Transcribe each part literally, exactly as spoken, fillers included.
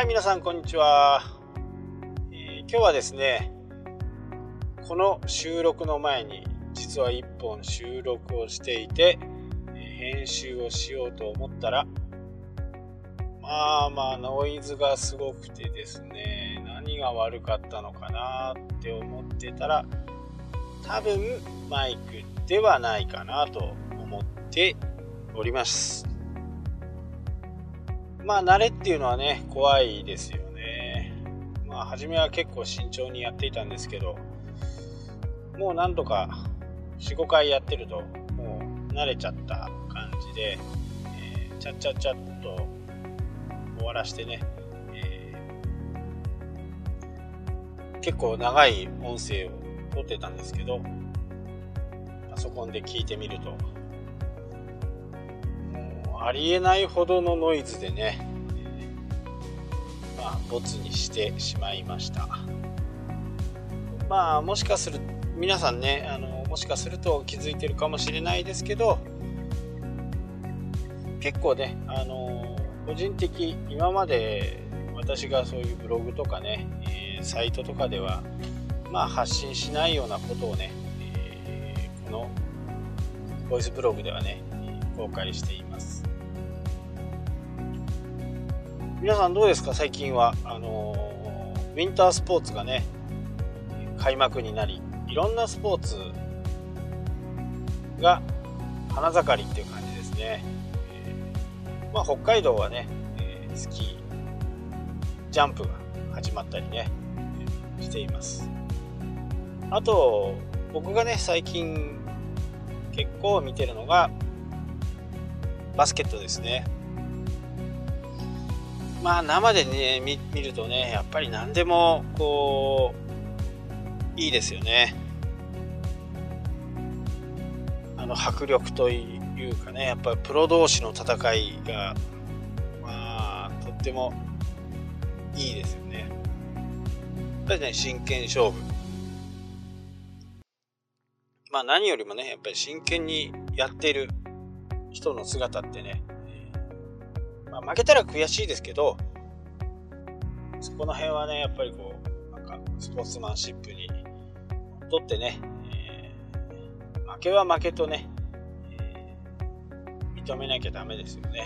はい、皆さんこんにちは、えー、今日はですね、この収録の前に実はいっぽん収録をしていて、えー、編集をしようと思ったら、まあまあノイズがすごくてですね、何が悪かったのかなって思ってたら、多分マイクではないかなと思っております。まあ慣れっていうのはね、怖いですよね。まあ初めは結構慎重にやっていたんですけど、もう何度か よん,ご 回やってるともう慣れちゃった感じで、えー、ちゃっちゃっちゃっと終わらしてね、えー、結構長い音声を撮ってたんですけど、パソコンで聞いてみるとありえないほどのノイズでね、えー、まあボツにしてしまいました。まあもしかする皆さんね、あのもしかすると気づいてるかもしれないですけど、結構ね、あの個人的今まで私がそういうブログとかね、えー、サイトとかではまあ発信しないようなことをね、えー、このボイスブログではね公開しています。皆さんどうですか？最近はあのウィンタースポーツがね開幕になり、いろんなスポーツが花盛りっていう感じですね。えーまあ、北海道はね、えー、スキージャンプが始まったりねしています。あと僕がね最近結構見てるのがバスケットですね。まあ生でね 見, 見るとね、やっぱり何でもこういいですよね。あの迫力というかね、やっぱりプロ同士の戦いがまあとってもいいですよね。やっぱりね真剣勝負。まあ何よりもねやっぱり真剣にやっている人の姿ってね、まあ、負けたら悔しいですけど、そこの辺はねやっぱりこうなんかスポーツマンシップにとってね、えー、負けは負けとね、えー、認めなきゃダメですよね。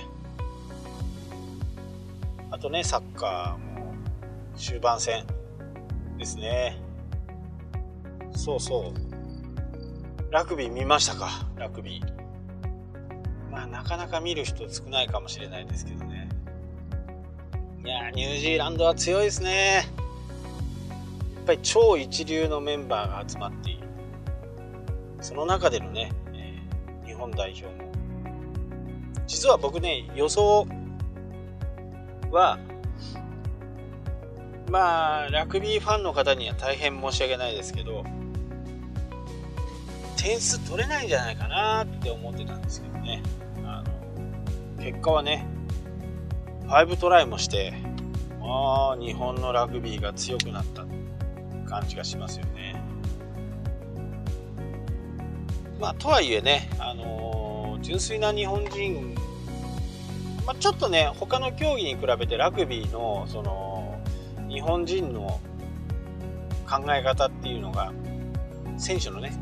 あとねサッカーも終盤戦ですね。そうそうラグビー見ましたか？ラグビーまあなかなか見る人少ないかもしれないですけどね。いやニュージーランドは強いですね。やっぱり超一流のメンバーが集まっている。その中でのね、えー、日本代表も実は僕ね予想はまあラグビーファンの方には大変申し訳ないですけど、点数取れないんじゃないかなって思ってたんですけどね。あの結果はねごトライもして、ああ日本のラグビーが強くなった感じがしますよね。まあとはいえね、あのー、純粋な日本人、まあ、ちょっとね他の競技に比べてラグビーのその日本人の考え方っていうのが、選手のね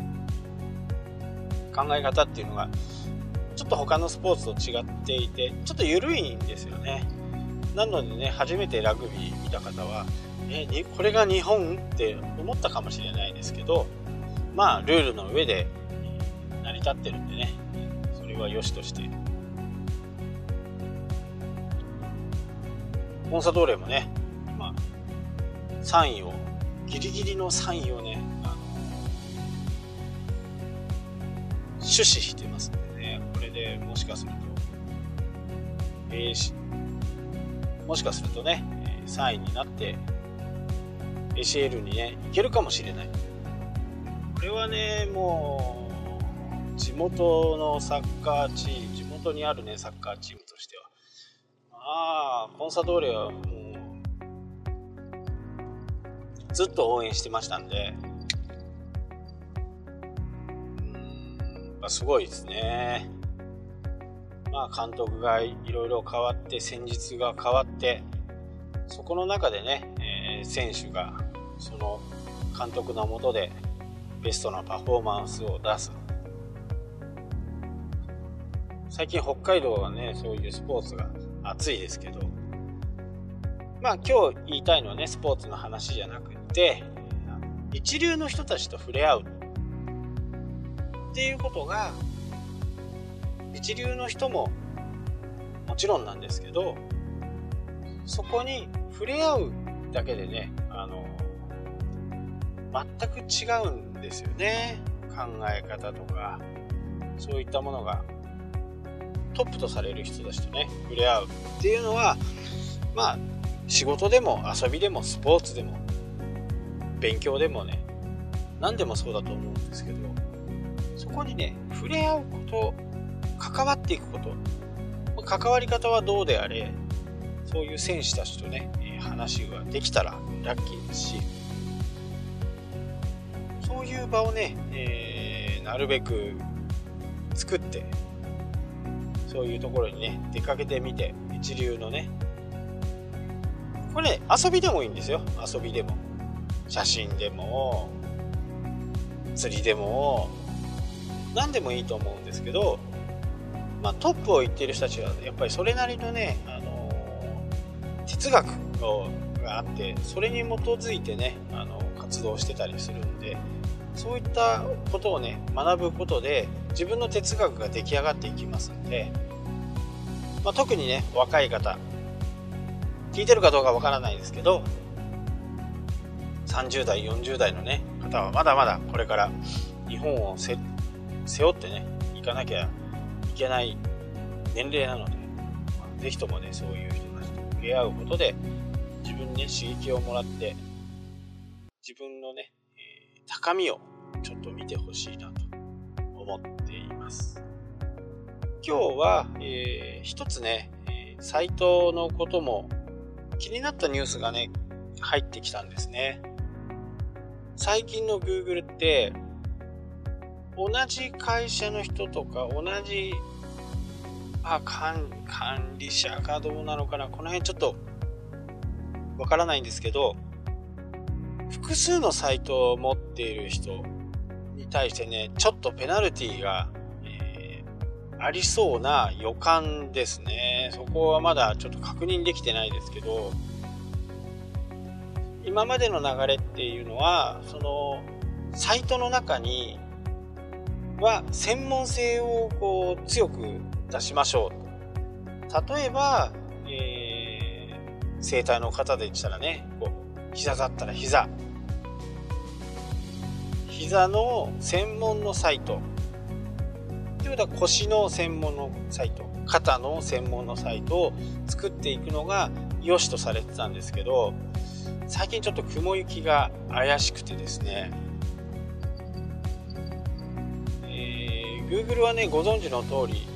考え方っていうのがちょっと他のスポーツと違っていてちょっと緩いんですよね。なのでね初めてラグビー見た方はえこれが日本って思ったかもしれないですけど、まあルールの上で成り立ってるんでね、それは良しとして、コンサドーレもね今さんいをギリギリのさんいをねあの死守してますんでね、これでもしかすると、えー、もしかするとねさんいになって エーシーエル にね行けるかもしれない。これはねもう地元のサッカーチーム、地元にあるねサッカーチームとしてはまあコンサドーレはもうずっと応援してましたんで、すごいですね。まあ監督がいろいろ変わって、戦術が変わって、 そこの中でね、えー、選手がその監督の下でベストなパフォーマンスを出す。最近北海道はね、そういうスポーツが熱いですけど、まあ今日言いたいのはね、スポーツの話じゃなくて、一流の人たちと触れ合うっていうことが、一流の人ももちろんなんですけど、そこに触れ合うだけでね、あの全く違うんですよね。考え方とかそういったものがトップとされる人たちとね触れ合うっていうのは、まあ仕事でも遊びでもスポーツでも勉強でもね、何でもそうだと思うんですけど、そこにね触れ合うこと、関わっていくこと、関わり方はどうであれ、そういう選手たちとね話ができたらラッキーですし、そういう場をね、えー、なるべく作って、そういうところにね出かけてみて、一流のね、これね遊びでもいいんですよ。遊びでも写真でも釣りでも何でもいいと思うんですけど、まあ、トップを言っている人たちはやっぱりそれなりのね、あのー、哲学があって、それに基づいてね、あの活動してたりするんで、そういったことをね学ぶことで自分の哲学が出来上がっていきますんで、まあ、特にね若い方聞いてるかどうかわからないですけど、さんじゅう代よんじゅう代のね方はまだまだこれから日本を背負ってねいかなきゃいけない年齢なので、まあ、ぜひともねそういう人たちと触れ合うことで自分にね刺激をもらって、自分のね、えー、高みをちょっと見てほしいなと思っています。今日は、えー、一つね、えー、サイトのことも気になったニュースがね入ってきたんですね。最近の Google って同じ会社の人とか同じあ 管, 管理者かどうなのかな、この辺ちょっとわからないんですけど、複数のサイトを持っている人に対してねちょっとペナルティが、えー、ありそうな予感ですね。そこはまだちょっと確認できてないですけど、今までの流れっていうのは、そのサイトの中には専門性をこう強く出しましょう。例えば、えー、整体の方で言ったらね、こう膝だったら膝膝の専門のサイトということは、腰の専門のサイト、肩の専門のサイトを作っていくのが良しとされてたんですけど、最近ちょっと雲行きが怪しくてですね、えー、Google はねご存知の通り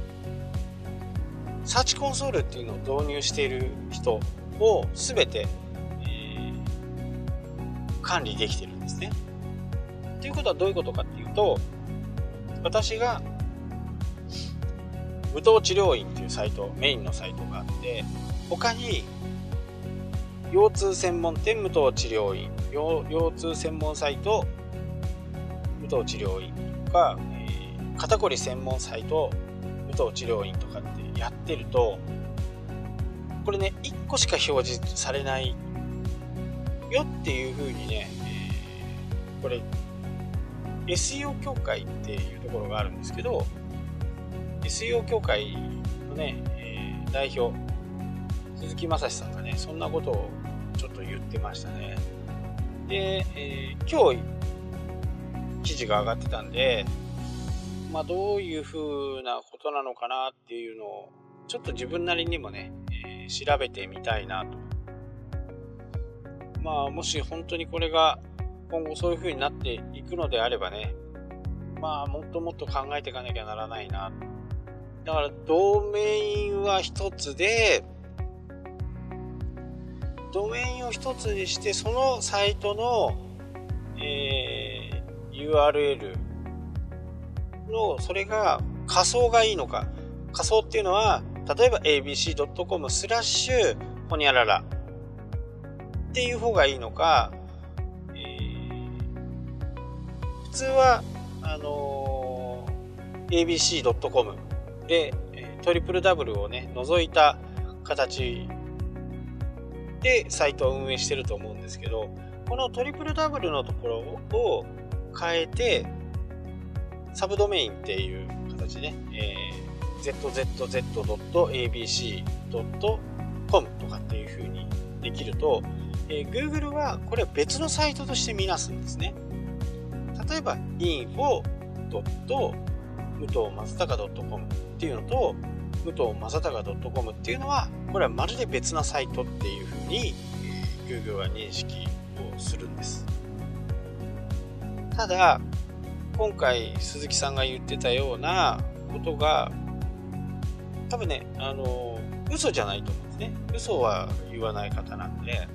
サーチコンソールっていうのを導入している人を全て、えー、管理できてるんですね。ということはどういうことかっていうと、私が無糖治療院っていうサイト、メインのサイトがあって、他に腰痛専門店無糖治療院、腰痛専門サイト無糖治療院とか、えー、肩こり専門サイト無糖治療院とかってやってると、これねいっこしか表示されないよっていう風にね、えー、これ エスイーオー 協会っていうところがあるんですけど、 エスイーオー 協会のね、えー、代表鈴木正史さんがねそんなことをちょっと言ってましたね。で、えー、今日記事が上がってたんで、まあどういう風なことなのかなっていうのをちょっと自分なりにもね、えー、調べてみたいなと。まあもし本当にこれが今後そういう風になっていくのであればね、まあもっともっと考えていかなきゃならないな。だからドメインは一つで、ドメインを一つにして、そのサイトの、えー、ユーアールエル のそれが仮想がいいのか。仮想っていうのは例えば エービーシードットコム スラッシュホニャララっていう方がいいのか、えー、普通はあのー、エービーシードットコム でトリプルダブルをね除いた形でサイトを運営してると思うんですけど、このトリプルダブルのところを変えてサブドメインっていう形でね、えー、ゼットゼットゼットドットエービーシードットコム とかっていう風にできると、えー、Google はこれを別のサイトとして見なすんですね。例えば インフォドット武藤正隆 .com っていうのと武藤正隆 .com っていうのはこれはまるで別なサイトっていう風に、えー、Google は認識をするんです。ただ今回鈴木さんが言ってたようなことが多分ね、あの嘘じゃないと思うんですね。嘘は言わない方なんで、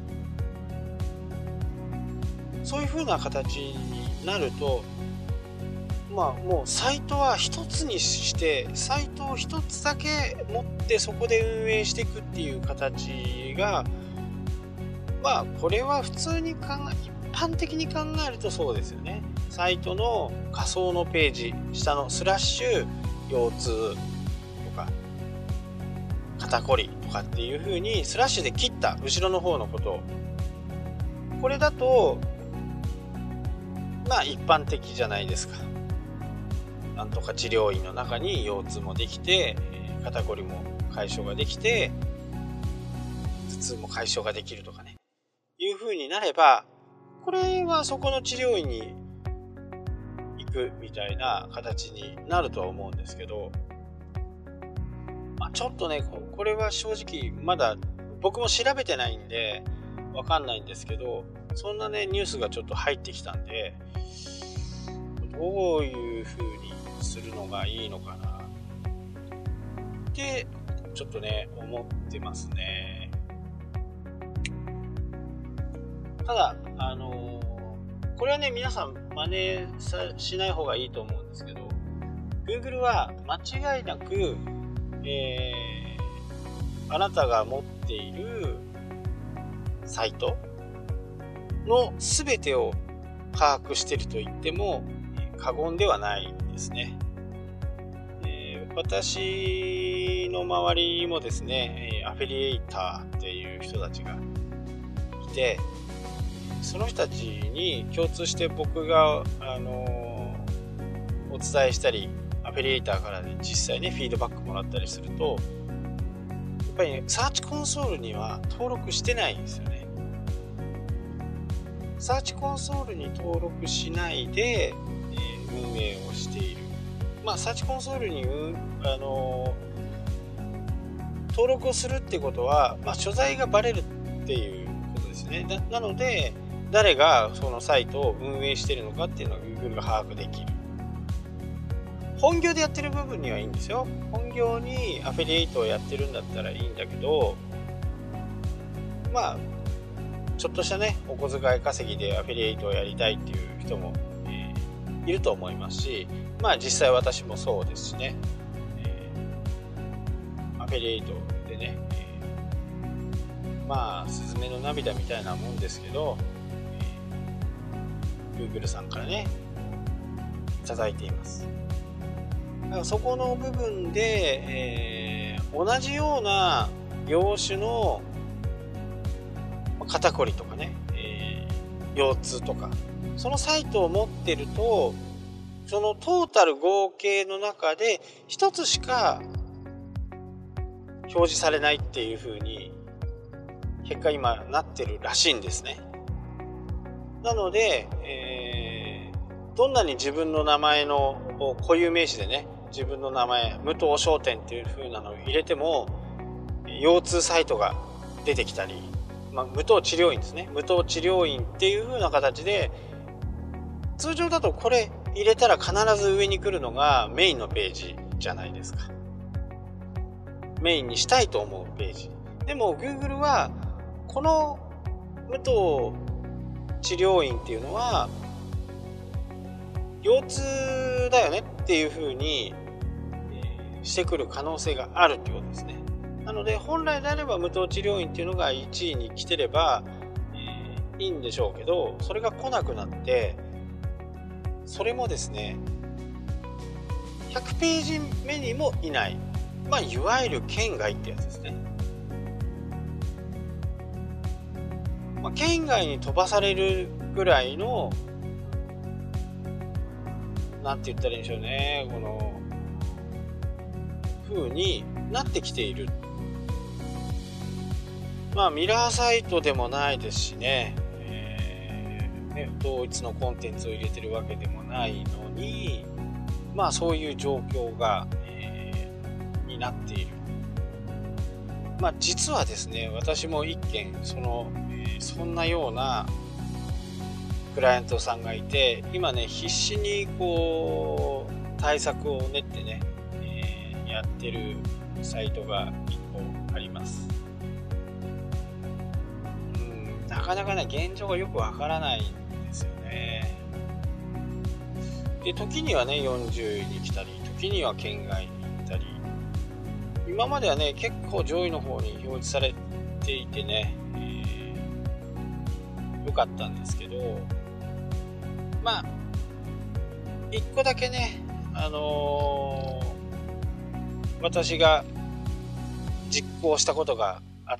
そういう風な形になると、まあもうサイトは一つにしてサイトを一つだけ持ってそこで運営していくっていう形が、まあこれは普通に考え一般的に考えるとそうですよね。サイトの仮想のページ下のスラッシュ腰痛とか肩こりとかっていう風にスラッシュで切った後ろの方のことを、これだとまあ一般的じゃないですか。なんとか治療院の中に腰痛もできて肩こりも解消ができて頭痛も解消ができるとかねいう風になれば、これはそこの治療院に行くみたいな形になるとは思うんですけど、まあ、ちょっとねこれは正直まだ僕も調べてないんでわかんないんですけど、そんなねニュースがちょっと入ってきたんで、どういう風にするのがいいのかなってちょっとね思ってますね。ただあのー、これはね皆さん真似さしない方がいいと思うんですけど、 Google は間違いなく、えー、あなたが持っているサイトの全てを把握していると言っても過言ではないですね。えー、私の周りにもですねアフィリエイターっていう人たちがいて、その人たちに共通して僕が、あのー、お伝えしたりアフィリエイターから、ね、実際ねフィードバックもらったりすると、やっぱり、ね、サーチコンソールには登録してないんですよね。サーチコンソールに登録しないで、えー、運営をしている。まあサーチコンソールに、うんあのー、登録をするってことは、まあ、所在がバレるっていうことですね。 な, なので誰がそのサイトを運営しているのかっていうのを Google が把握できる。本業でやってる部分にはいいんですよ。本業にアフィリエイトをやってるんだったらいいんだけど、まあちょっとしたねお小遣い稼ぎでアフィリエイトをやりたいっていう人も、えー、いると思いますし、まあ実際私もそうですしね、えー、アフィリエイトでね、えー、まあスズメの涙みたいなもんですけど、えー、Google さんからねいただいています。だからそこの部分で、えー、同じような業種の肩こりとかね、えー、腰痛とかそのサイトを持ってると、そのトータル合計の中で一つしか表示されないっていう風に結果今なってるらしいんですね。なので、えー、どんなに自分の名前の固有名詞でね自分の名前武藤商店っていう風なのを入れても腰痛サイトが出てきたり、まあ、武藤治療院ですね武藤治療院っていう風な形で、通常だとこれ入れたら必ず上に来るのがメインのページじゃないですか。メインにしたいと思うページでも Google はこの武藤治療院っていうのは腰痛だよねっていう風に、えー、してくる可能性があるってことですね。なので本来であれば武藤治療院っていうのがいちいに来てれば、えいいんでしょうけど、それが来なくなって、それもですねひゃくページ目にもいない、まあいわゆる県外ってやつですね。まあ、県外に飛ばされるぐらいの、なんて言ったらいいんでしょうね、この風になってきている。まあミラーサイトでもないですしね、えー、ね同一のコンテンツを入れてるわけでもないのに、まあそういう状況が、えー、になっている。まあ実はですね、私も一件その、えー、そんなようなクライアントさんがいて、今ね必死にこう対策を練ってね、えー、やってるサイトがいっこあります。うん、なかなかね現状がよくわからないんですよね。で時にはねよんじゅういに来たり、時には県外に行ったり、今まではね結構上位の方に表示されていてね、えー、よかったんですけど、まあいっこだけね、あのー、私が実行したことがあって、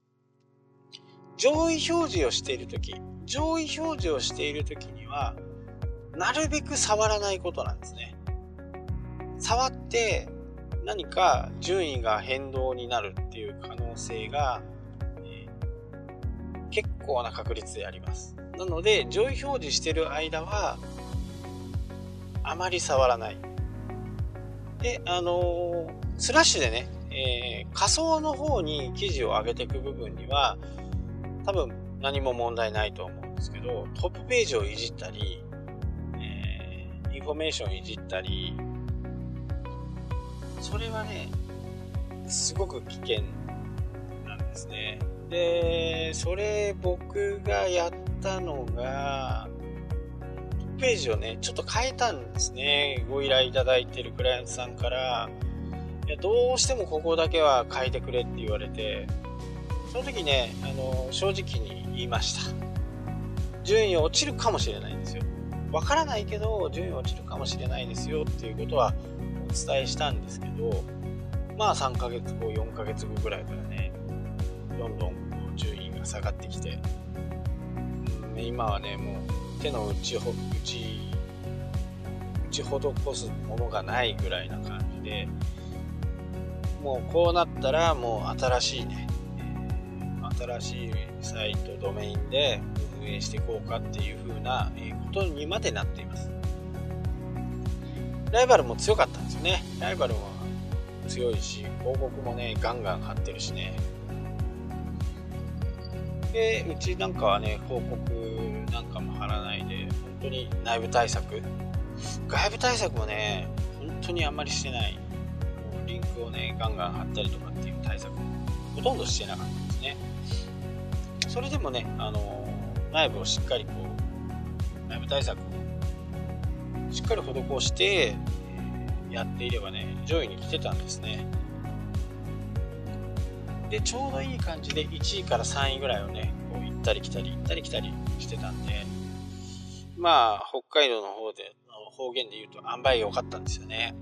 上位表示をしているとき、上位表示をしているときにはなるべく触らないことなんですね。触って何か順位が変動になるっていう可能性が、えー、結構な確率であります。なので上位表示している間はあまり触らない。で、あのー、スラッシュでね、えー、仮想の方に記事を上げていく部分には多分何も問題ないと思うんですけど、トップページをいじったり、えー、インフォメーションをいじったり、それはねすごく危険なんですね。で、それ僕がやったのが、トップページをねちょっと変えたんですね。ご依頼いただいているクライアントさんから、いやどうしてもここだけは変えてくれって言われて、その時ね、あの正直に言いました。順位落ちるかもしれないんですよ。わからないけど順位落ちるかもしれないですよっていうことはお伝えしたんですけど、まあさんかげつごよんかげつごぐらいからねどんどん順位が下がってきて、うん、今はねもう手の打ちほ打ち打ち施すものがないぐらいな感じで、もうこうなったらもう新しいね、新しいサイトドメインで運営していこうかっていう風なことにまでなっています。ライバルも強かったんですよね。ライバルは強いし、広告もねガンガン貼ってるしね。でうちなんかはね広告なんかも貼らないで、本当に内部対策、外部対策もね本当にあんまりしてない。リンクをねガンガン貼ったりとかっていう対策ほとんどしてなかったんですね。それでもね、あのー、内部をしっかりこう内部対策をしっかり施して、えー、やっていればね上位に来てたんですね。でちょうどいい感じでいちいからさんいぐらいをねこう行ったり来たり行ったり来たりしてたんで、まあ北海道の方で方言で言うと塩梅良かったんですよね。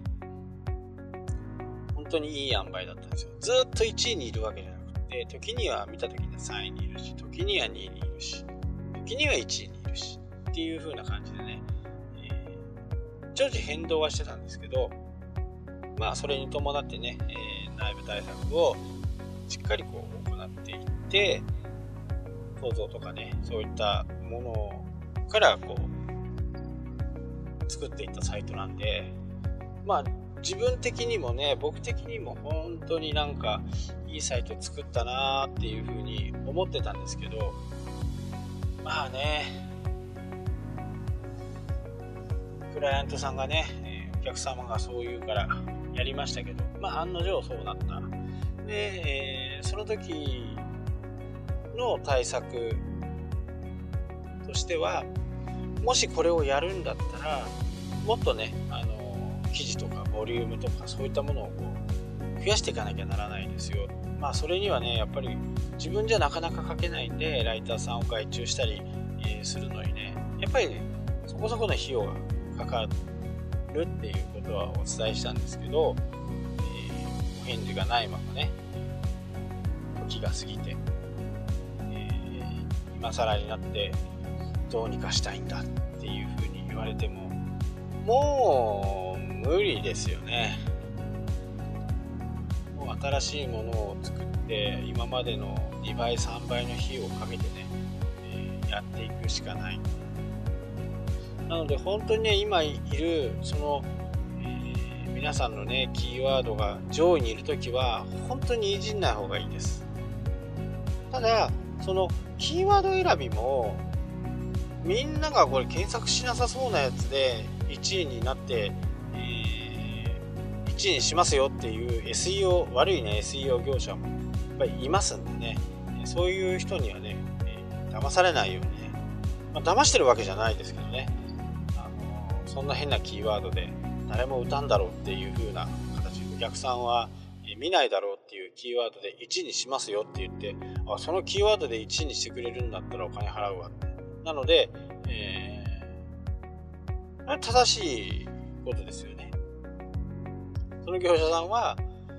本当にいい塩梅だったんですよ。ずっといちいにいるわけじゃなくて、時には見た時にはさんいにいるし、時にはにいにいるし、時にはいちいにいるしっていう風な感じでね、えー、常時変動はしてたんですけど、まあそれに伴ってね、えー、内部対策をしっかりこう行っていって、構造とかねそういったものからこう作っていったサイトなんで、まあ自分的にもね僕的にも本当になんかいいサイト作ったなーっていう風に思ってたんですけど、まあねクライアントさんがね、えー、お客様がそう言うからやりましたけど、まあ案の定そうなったで、えー、その時の対策としては、もしこれをやるんだったらもっとねあの記事とかボリュームとかそういったものをこ増やしていかなきゃならないですよ。まあそれにはねやっぱり自分じゃなかなか書けないんで、ライターさんを外注したり、えー、するのにねやっぱり、ね、そこそこの費用がかかるっていうことはお伝えしたんですけど、えー、お返事がないままね時が過ぎて、えー、今更になってどうにかしたいんだっていうふうに言われてももう無理ですよね。もう新しいものを作って今までのにばいさんばいの費用をかけてね、えー、やっていくしかない。なので本当にね今いるその、えー、皆さんのねキーワードが上位にいるときは本当にいじんない方がいいです。ただそのキーワード選びもみんながこれ検索しなさそうなやつでいちいになって、えー、いちいにしますよっていう エスイーオー 悪いね エスイーオー 業者もやっぱりいますんでね、そういう人にはね、えー、騙されないようにね、まあ、騙してるわけじゃないですけどね、あのー、そんな変なキーワードで誰も打たんだろうっていう風な形、お客さんは見ないだろうっていうキーワードでいちいにしますよって言って、あそのキーワードでいちいにしてくれるんだったらお金払うわって。なので、えー、正しいことですよね。その業者さんは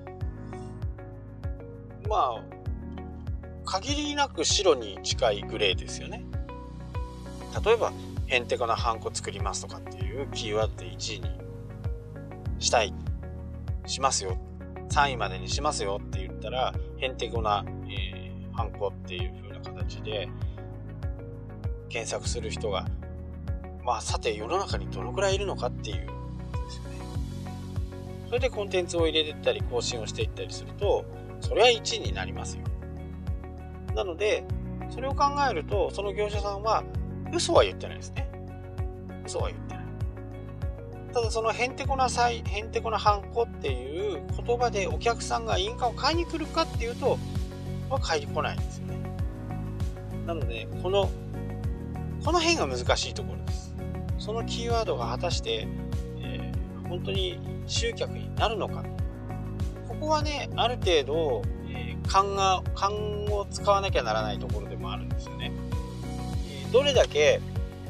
まあ限りなく白に近いグレーですよね。例えばヘンテコなハンコ作りますとかっていうキーワードでいちいにしたいしますよ、さんいまでにしますよって言ったらヘンテコな、えー、ハンコっていう風な形で検索する人がまあさて世の中にどのくらいいるのかっていうことですよね。それでコンテンツを入れていったり更新をしていったりするとそれはいちいになりますよ。なのでそれを考えるとその業者さんは嘘は言ってないですね。嘘は言ってない。ただそのヘンテコな際ヘンテコなハンコっていう言葉でお客さんが印鑑を買いに来るかっていうとは買いに来ないんですよね。なのでこのこの辺が難しいところです。そのキーワードが果たして、えー、本当に集客になるのか。ここはね、ある程度、えー、勘が、勘を使わなきゃならないところでもあるんですよね。えー、どれだけ、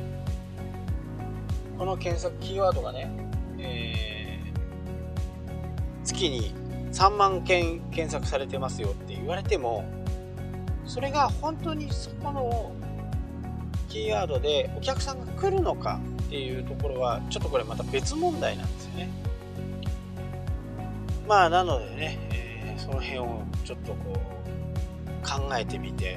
この検索キーワードがね、えー、月にさんまんけん検索されてますよって言われても、それが本当にそこのキーワードでお客さんが来るのかっていうところはちょっとこれまた別問題なんですよね。まあなのでね、えー、その辺をちょっとこう考えてみて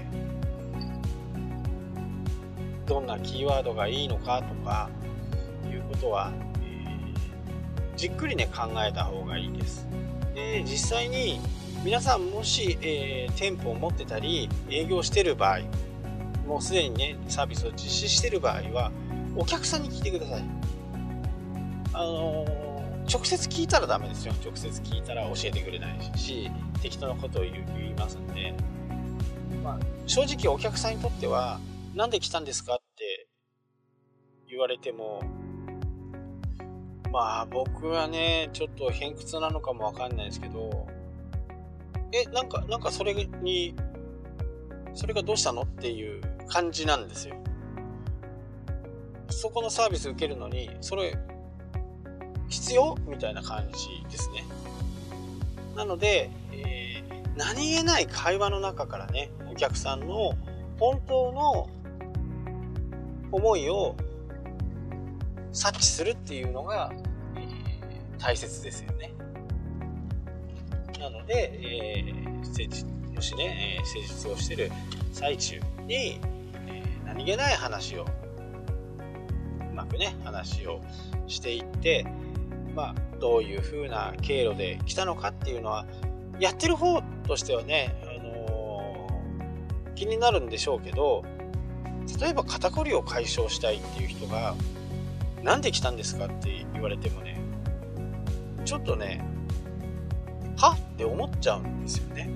どんなキーワードがいいのかとかいうことは、えー、じっくりね考えた方がいいです。で実際に皆さんもし、えー、店舗を持ってたり営業してる場合もうすでにねサービスを実施している場合はお客さんに聞いてください。あのー、直接聞いたらダメですよ。直接聞いたら教えてくれないし適当なことを言いますんで、まあ、正直お客さんにとってはなんで来たんですかって言われてもまあ僕はねちょっと偏屈なのかもわかんないですけどえなんかなんかそれにそれがどうしたのっていう感じなんですよ。そこのサービス受けるのにそれ必要みたいな感じですね。なので、えー、何気ない会話の中からねお客さんの本当の思いを察知するっていうのが、えー、大切ですよね。なので、えー、施術もしね、えー、施術をしている最中に、えー、何気ない話をうまくね話をしていって、まあ、どういう風な経路で来たのかっていうのはやってる方としてはね、あのー、気になるんでしょうけど、例えば肩こりを解消したいっていう人がなんで来たんですかって言われてもねちょっとねはって思っちゃうんですよね。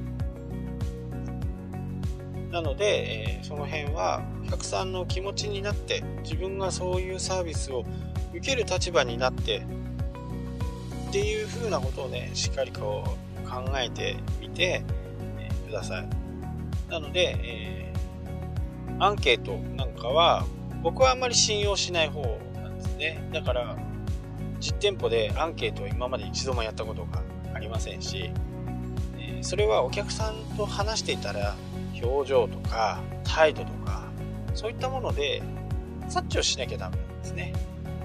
なので、えー、その辺はお客さんの気持ちになって自分がそういうサービスを受ける立場になってっていう風なことをねしっかりこう考えてみて、えー、ください。なので、えー、アンケートなんかは僕はあんまり信用しない方なんですね。だから実店舗でアンケートを今まで一度もやったことがありませんし、えー、それはお客さんと話していたら表情とか態度とかそういったもので察知をしなきゃダメなんですね。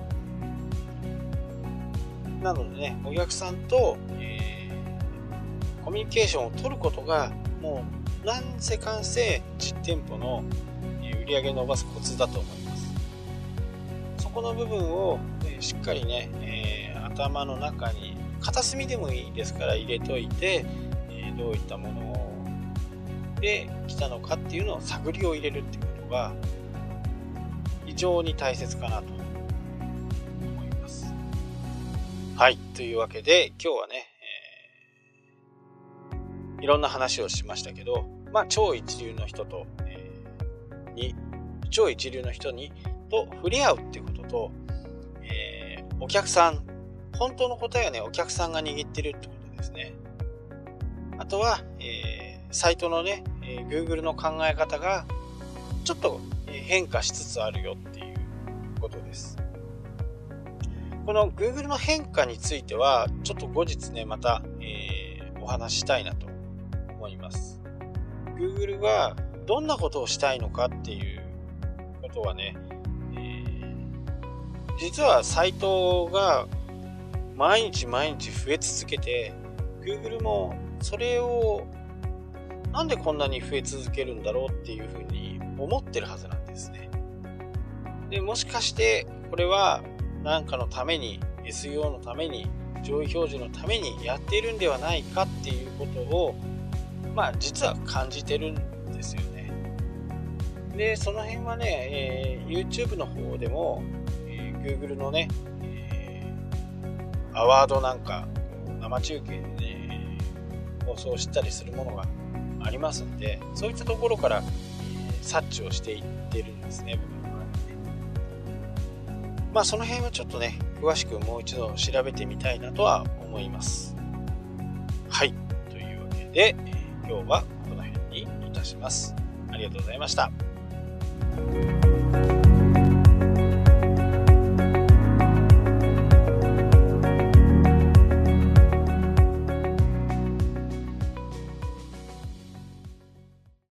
なのでね、お客さんと、えー、コミュニケーションを取ることがもう何せかんせ実店舗の売り上げを伸ばすコツだと思います。そこの部分を、えー、しっかりね、えー、頭の中に片隅でもいいですから入れといて、えー、どういったもので来たのかっていうのを探りを入れるっていうことが非常に大切かなと思います。はい、というわけで今日はね、えー、いろんな話をしましたけど、まあ超一流の人と、えー、に超一流の人にと触れ合うっていうことと、えー、お客さん本当の答えはねお客さんが握ってるってことですね。あとは、えー、サイトのね、えー、Google の考え方がちょっと変化しつつあるよっていうことです。この Google の変化についてはちょっと後日ねまた、えー、お話ししたいなと思います。 Google がどんなことをしたいのかっていうことはね、えー、実はサイトが毎日毎日増え続けて Google もそれをなんでこんなに増え続けるんだろうっていうふうに思ってるはずなんですね。でもしかしてこれは何かのために エスイーオー のために上位表示のためにやっているんではないかっていうことをまあ実は感じてるんですよね。でその辺はね、えー、YouTube の方でも、えー、Google のね、えー、アワードなんか生中継でね放送したりするものがありますんで、そういったところから、えー、察知をしていってるんですね、僕の場合はね。まあその辺はちょっとね詳しくもう一度調べてみたいなとは思います。はい、というわけで、えー、今日はこの辺にいたします。ありがとうございました。